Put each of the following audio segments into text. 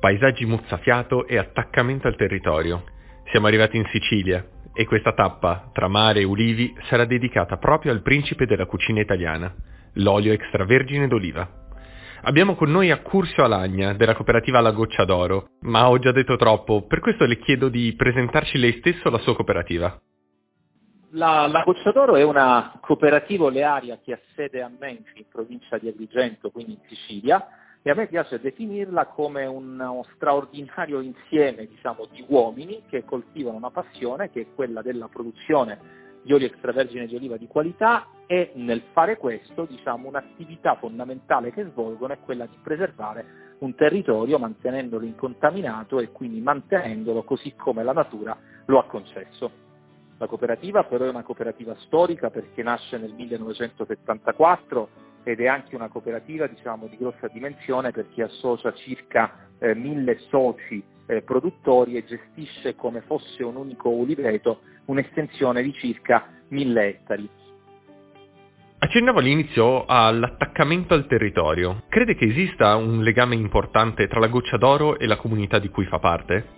paesaggi mozzafiato e attaccamento al territorio. Siamo arrivati in Sicilia e questa tappa, tra mare e ulivi, sarà dedicata proprio al principe della cucina italiana, l'olio extravergine d'oliva. Abbiamo con noi Accursio Alagna, della cooperativa La Goccia d'Oro, ma ho già detto troppo, per questo le chiedo di presentarci lei stesso la sua cooperativa. La Goccia d'Oro è una cooperativa olearia che ha sede a Menfi, in provincia di Agrigento, quindi in Sicilia, e a me piace definirla come uno straordinario insieme, di uomini che coltivano una passione che è quella della produzione di olio extravergine di oliva di qualità, e nel fare questo, un'attività fondamentale che svolgono è quella di preservare un territorio mantenendolo incontaminato e quindi mantenendolo così come la natura lo ha concesso. La cooperativa però è una cooperativa storica perché nasce nel 1974 ed è anche una cooperativa di grossa dimensione perché associa circa 1000 soci produttori e gestisce come fosse un unico uliveto un'estensione di circa 1000 ettari. Accennavo all'inizio all'attaccamento al territorio. Crede che esista un legame importante tra la Goccia d'Oro e la comunità di cui fa parte?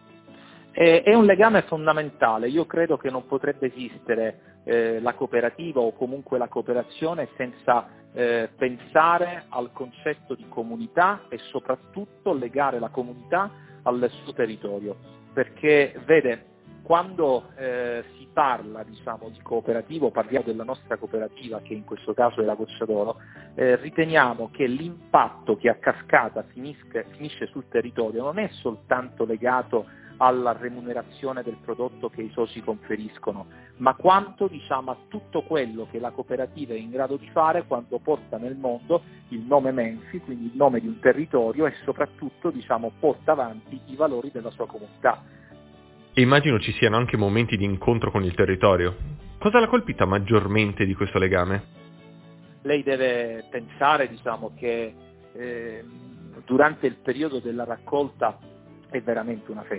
È un legame fondamentale. Io credo che non potrebbe esistere la cooperativa o comunque la cooperazione senza pensare al concetto di comunità e soprattutto legare la comunità al suo territorio. Perché, vede, quando si parla di cooperativa, parliamo della nostra cooperativa, che in questo caso è la Goccia d'Oro, riteniamo che l'impatto che a cascata finisce sul territorio non è soltanto legato alla remunerazione del prodotto che i soci conferiscono, ma quanto a tutto quello che la cooperativa è in grado di fare quando porta nel mondo il nome Menfi, quindi il nome di un territorio, e soprattutto porta avanti i valori della sua comunità. E immagino ci siano anche momenti di incontro con il territorio. Cosa l'ha colpita maggiormente di questo legame? Lei deve pensare che durante il periodo della raccolta è veramente una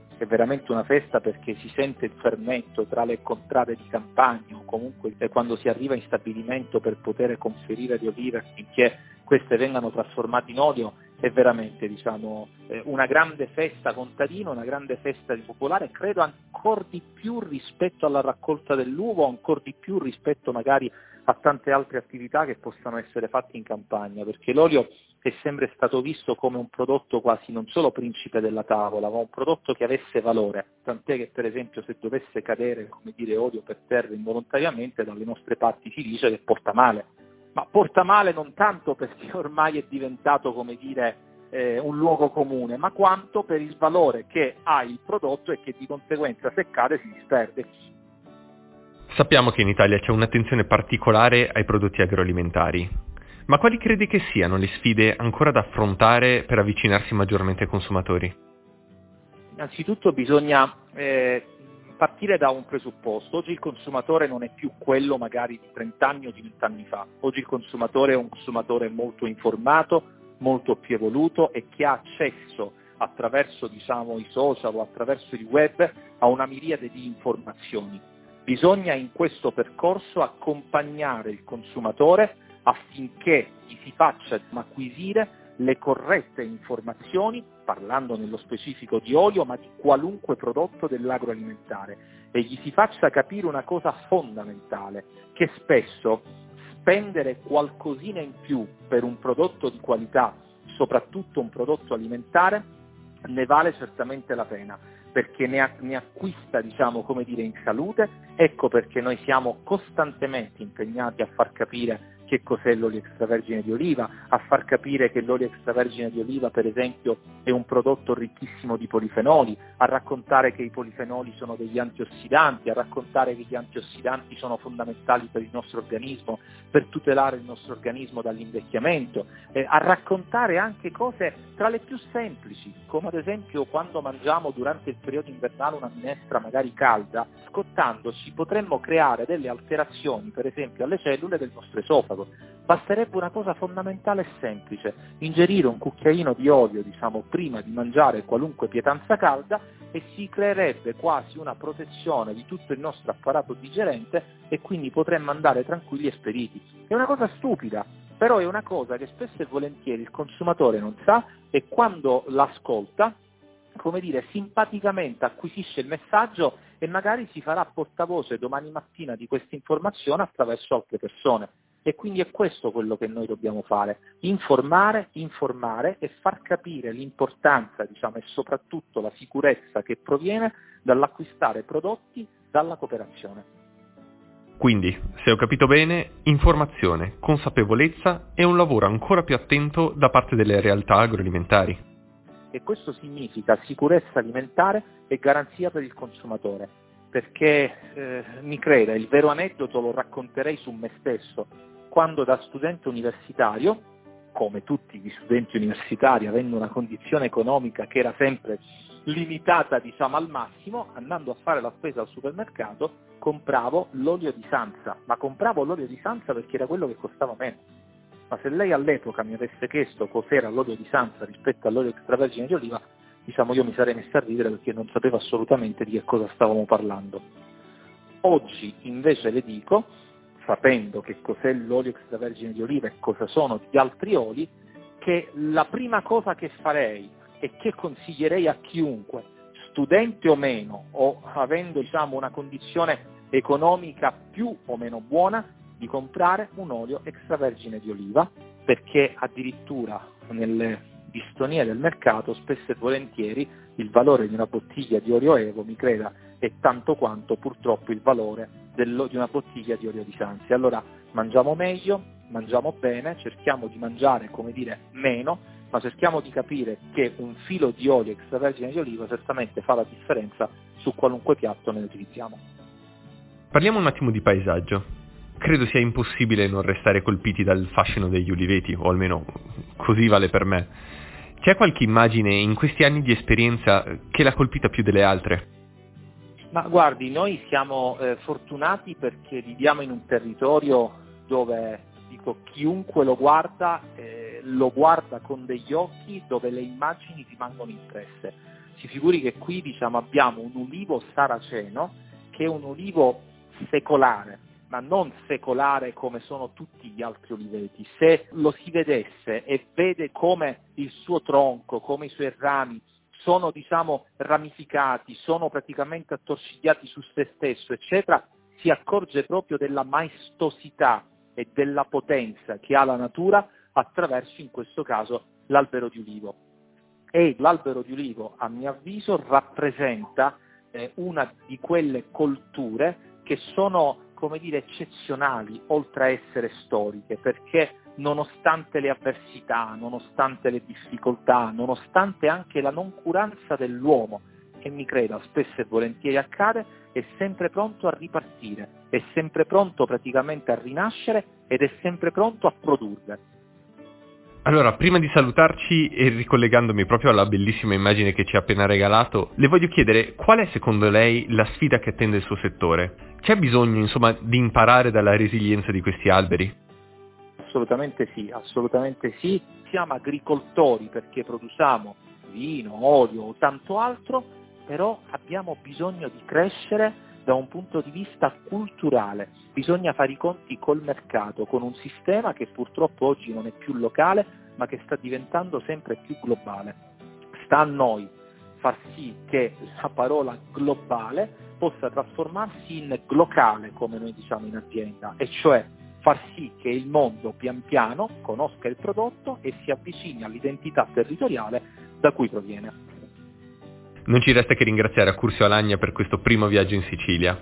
festa perché si sente il fermento tra le contrade di campagna o comunque quando si arriva in stabilimento per poter conferire le olive affinché queste vengano trasformate in olio. È veramente una grande festa contadina, una grande festa popolare, credo ancora di più rispetto alla raccolta dell'uva, ancora di più rispetto magari a tante altre attività che possano essere fatte in campagna, perché l'olio è sempre stato visto come un prodotto quasi non solo principe della tavola, ma un prodotto che avesse valore, tant'è che per esempio se dovesse cadere, olio per terra involontariamente, dalle nostre parti si dice che porta male. Ma porta male non tanto perché ormai è diventato, un luogo comune, ma quanto per il valore che ha il prodotto e che di conseguenza se cade si disperde. Sappiamo che in Italia c'è un'attenzione particolare ai prodotti agroalimentari, ma quali credi che siano le sfide ancora da affrontare per avvicinarsi maggiormente ai consumatori? Innanzitutto bisogna partire da un presupposto. Oggi il consumatore non è più quello magari di 30 anni o di 20 anni fa. Oggi il consumatore è un consumatore molto informato, molto più evoluto e che ha accesso attraverso i social o attraverso il web a una miriade di informazioni. Bisogna in questo percorso accompagnare il consumatore affinché gli si faccia acquisire le corrette informazioni, parlando nello specifico di olio, ma di qualunque prodotto dell'agroalimentare, e gli si faccia capire una cosa fondamentale, che spesso spendere qualcosina in più per un prodotto di qualità, soprattutto un prodotto alimentare, ne vale certamente la pena, perché ne acquista in salute. Ecco perché noi siamo costantemente impegnati a far capire che cos'è l'olio extravergine di oliva, a far capire che l'olio extravergine di oliva, per esempio, è un prodotto ricchissimo di polifenoli, a raccontare che i polifenoli sono degli antiossidanti, a raccontare che gli antiossidanti sono fondamentali per il nostro organismo, per tutelare il nostro organismo dall'invecchiamento, a raccontare anche cose tra le più semplici, come ad esempio quando mangiamo durante il periodo invernale una minestra magari calda, scottandoci potremmo creare delle alterazioni, per esempio alle cellule del nostro esofago. Basterebbe una cosa fondamentale e semplice: ingerire un cucchiaino di olio, prima di mangiare qualunque pietanza calda, e si creerebbe quasi una protezione di tutto il nostro apparato digerente e quindi potremmo andare tranquilli e spediti. È una cosa stupida, però è una cosa che spesso e volentieri il consumatore non sa, e quando l'ascolta, come dire, simpaticamente acquisisce il messaggio e magari si farà portavoce domani mattina di questa informazione attraverso altre persone. E quindi è questo quello che noi dobbiamo fare: informare e far capire l'importanza, e soprattutto la sicurezza che proviene dall'acquistare prodotti dalla cooperazione. Quindi, se ho capito bene, informazione, consapevolezza e un lavoro ancora più attento da parte delle realtà agroalimentari. E questo significa sicurezza alimentare e garanzia per il consumatore, perché mi creda, il vero aneddoto lo racconterei su me stesso. Quando da studente universitario, come tutti gli studenti universitari, avendo una condizione economica che era sempre limitata al massimo, andando a fare la spesa al supermercato, compravo l'olio di Sansa, ma compravo l'olio di Sansa perché era quello che costava meno. Ma se lei all'epoca mi avesse chiesto cos'era l'olio di Sansa rispetto all'olio extravergine di oliva, io mi sarei messa a ridere perché non sapevo assolutamente di che cosa stavamo parlando. Oggi invece le dico, sapendo che cos'è l'olio extravergine di oliva e cosa sono gli altri oli, che la prima cosa che farei e che consiglierei a chiunque, studente o meno, o avendo una condizione economica più o meno buona, di comprare un olio extravergine di oliva, perché addirittura nelle distonie del mercato spesso e volentieri il valore di una bottiglia di olio Evo, mi creda, è tanto quanto purtroppo il valore di una bottiglia di olio di Sansi. Allora mangiamo meglio, mangiamo bene, cerchiamo di mangiare meno, ma cerchiamo di capire che un filo di olio extravergine di oliva certamente fa la differenza su qualunque piatto ne utilizziamo. Parliamo un attimo di paesaggio. Credo sia impossibile non restare colpiti dal fascino degli uliveti, o almeno così vale per me. C'è qualche immagine in questi anni di esperienza che l'ha colpita più delle altre? Ma guardi, noi siamo fortunati perché viviamo in un territorio dove chiunque lo guarda con degli occhi dove le immagini rimangono impresse. Si figuri che qui abbiamo un ulivo saraceno che è un ulivo secolare, ma non secolare come sono tutti gli altri oliveti. Se lo si vedesse e vede come il suo tronco, come i suoi rami sono ramificati, sono praticamente attorcigliati su se stesso, eccetera, si accorge proprio della maestosità e della potenza che ha la natura attraverso, in questo caso, l'albero di ulivo. E l'albero di ulivo, a mio avviso, rappresenta una di quelle colture che sono, eccezionali, oltre a essere storiche, perché nonostante le avversità, nonostante le difficoltà, nonostante anche la noncuranza dell'uomo, che mi creda spesso e volentieri accade, è sempre pronto a ripartire, è sempre pronto praticamente a rinascere ed è sempre pronto a produrre. Allora, prima di salutarci e ricollegandomi proprio alla bellissima immagine che ci ha appena regalato, le voglio chiedere qual è secondo lei la sfida che attende il suo settore? C'è bisogno, di imparare dalla resilienza di questi alberi? Assolutamente sì. Siamo agricoltori perché produciamo vino, olio o tanto altro, però abbiamo bisogno di crescere da un punto di vista culturale. Bisogna fare i conti col mercato, con un sistema che purtroppo oggi non è più locale, ma che sta diventando sempre più globale. Sta a noi far sì che la parola globale possa trasformarsi in glocale, come noi diciamo in azienda, e cioè far sì che il mondo pian piano conosca il prodotto e si avvicini all'identità territoriale da cui proviene. Non ci resta che ringraziare Accursio Alagna per questo primo viaggio in Sicilia.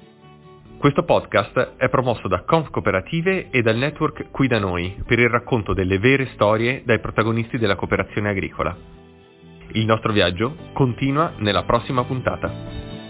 Questo podcast è promosso da Confcooperative e dal network Qui da Noi per il racconto delle vere storie dai protagonisti della cooperazione agricola. Il nostro viaggio continua nella prossima puntata.